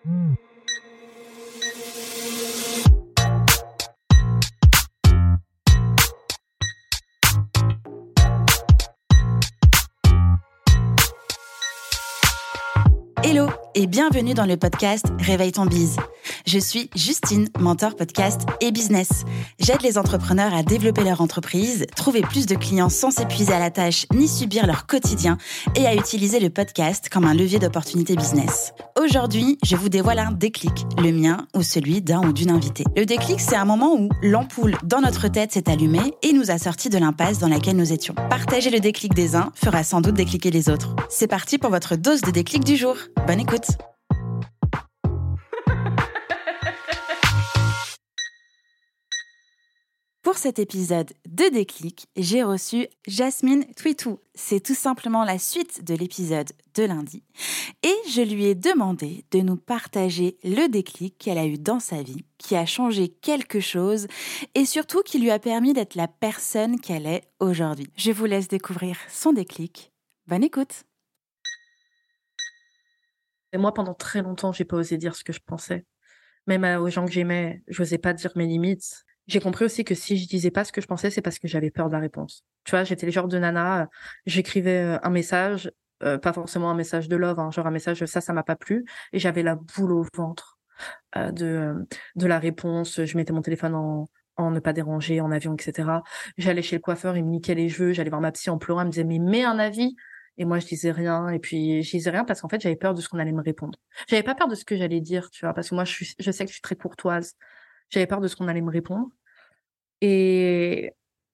Hello et bienvenue dans le podcast Réveille ton bise. Je suis Justine, mentor podcast et business. J'aide les entrepreneurs à développer leur entreprise, trouver plus de clients sans s'épuiser à la tâche ni subir leur quotidien et à utiliser le podcast comme un levier d'opportunité business. Aujourd'hui, je vous dévoile un déclic, le mien ou celui d'un ou d'une invitée. Le déclic, c'est un moment où l'ampoule dans notre tête s'est allumée et nous a sortis de l'impasse dans laquelle nous étions. Partager le déclic des uns fera sans doute décliquer les autres. C'est parti pour votre dose de déclic du jour. Bonne écoute. Pour cet épisode de Déclic, j'ai reçu Jasmine Twitou. C'est tout simplement la suite de l'épisode de lundi. Et je lui ai demandé de nous partager le déclic qu'elle a eu dans sa vie, qui a changé quelque chose et surtout qui lui a permis d'être la personne qu'elle est aujourd'hui. Je vous laisse découvrir son déclic. Bonne écoute. Et moi, pendant très longtemps, j'ai pas osé dire ce que je pensais. Même aux gens que j'aimais, j'osais pas dire mes limites. J'ai compris aussi que si je disais pas ce que je pensais, c'est parce que j'avais peur de la réponse. Tu vois, j'étais le genre de nana, j'écrivais un message, pas forcément un message de love, hein, genre un message ça m'a pas plu, et j'avais la boule au ventre de la réponse. Je mettais mon téléphone en ne pas déranger, en avion, etc. J'allais chez le coiffeur, il me niquait les cheveux, j'allais voir ma psy en pleurant, elle me disait mais mets un avis. Et moi, je disais rien. Et puis, je disais rien parce qu'en fait, j'avais peur de ce qu'on allait me répondre. J'avais pas peur de ce que j'allais dire, tu vois, parce que moi, je sais que je suis très courtoise. J'avais peur de ce qu'on allait me répondre. Et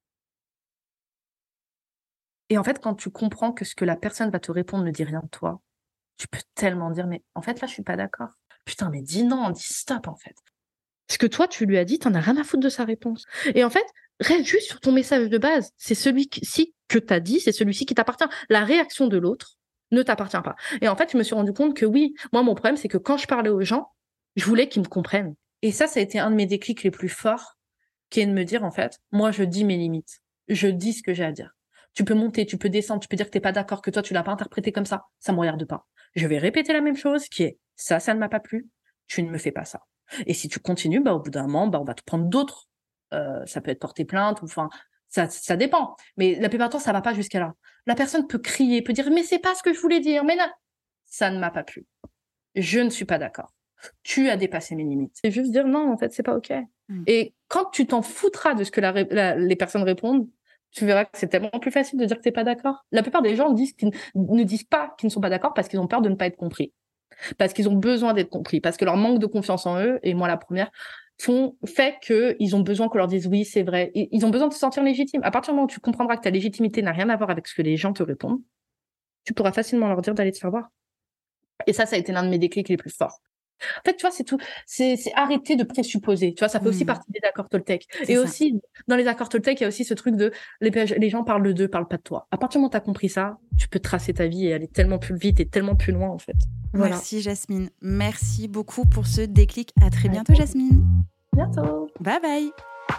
en fait, quand tu comprends que ce que la personne va te répondre ne dit rien de toi, tu peux tellement dire, mais en fait, là, je suis pas d'accord. Putain, mais dis non, dis stop, en fait. Ce que toi, tu lui as dit, t'en as rien à foutre de sa réponse. Et en fait, reste juste sur ton message de base. C'est celui-ci que t'as dit, c'est celui-ci qui t'appartient. La réaction de l'autre ne t'appartient pas. Et en fait, je me suis rendu compte que oui, moi, mon problème, c'est que quand je parlais aux gens, je voulais qu'ils me comprennent. Et ça a été un de mes déclics les plus forts, qui est de me dire, en fait, moi, je dis mes limites. Je dis ce que j'ai à dire. Tu peux monter, tu peux descendre, tu peux dire que t'es pas d'accord, que toi, tu l'as pas interprété comme ça. Ça me regarde pas. Je vais répéter la même chose, qui est, ça ne m'a pas plu. Tu ne me fais pas ça. Et si tu continues, au bout d'un moment, on va te prendre d'autres. Ça peut être porter plainte, ou enfin, ça dépend. Mais la plupart du temps, ça va pas jusqu'à là. La personne peut crier, peut dire, mais c'est pas ce que je voulais dire, mais là, ça ne m'a pas plu. Je ne suis pas d'accord. Tu as dépassé mes limites. C'est juste dire non, en fait, c'est pas OK. Et quand tu t'en foutras de ce que les personnes répondent, tu verras que c'est tellement plus facile de dire que t'es pas d'accord. La plupart des gens ne disent pas qu'ils ne sont pas d'accord parce qu'ils ont peur de ne pas être compris. Parce qu'ils ont besoin d'être compris. Parce que leur manque de confiance en eux, et moi la première, fait qu'ils ont besoin qu'on leur dise oui, c'est vrai. Ils ont besoin de se sentir légitimes. À partir du moment où tu comprendras que ta légitimité n'a rien à voir avec ce que les gens te répondent, tu pourras facilement leur dire d'aller te faire voir. Et ça a été l'un de mes déclics les plus forts. En fait, tu vois, c'est tout. C'est arrêter de présupposer. Tu vois, ça fait aussi partie des accords Toltec. Et ça. Aussi, dans les accords Toltec, il y a aussi ce truc de les gens parlent d'eux, parlent pas de toi. À partir du moment où t'as compris ça, tu peux tracer ta vie et aller tellement plus vite et tellement plus loin, en fait. Voilà. Merci, Jasmine. Merci beaucoup pour ce déclic. À très bientôt, Jasmine. Bientôt. Bye bye.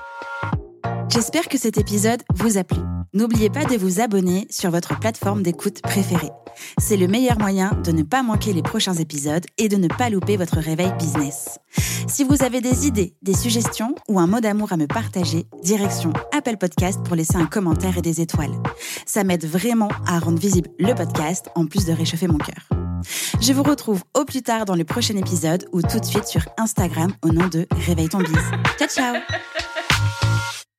J'espère que cet épisode vous a plu. N'oubliez pas de vous abonner sur votre plateforme d'écoute préférée. C'est le meilleur moyen de ne pas manquer les prochains épisodes et de ne pas louper votre réveil business. Si vous avez des idées, des suggestions ou un mot d'amour à me partager, direction Apple Podcast pour laisser un commentaire et des étoiles. Ça m'aide vraiment à rendre visible le podcast en plus de réchauffer mon cœur. Je vous retrouve au plus tard dans le prochain épisode ou tout de suite sur Instagram au nom de Réveille ton bise. Ciao, ciao!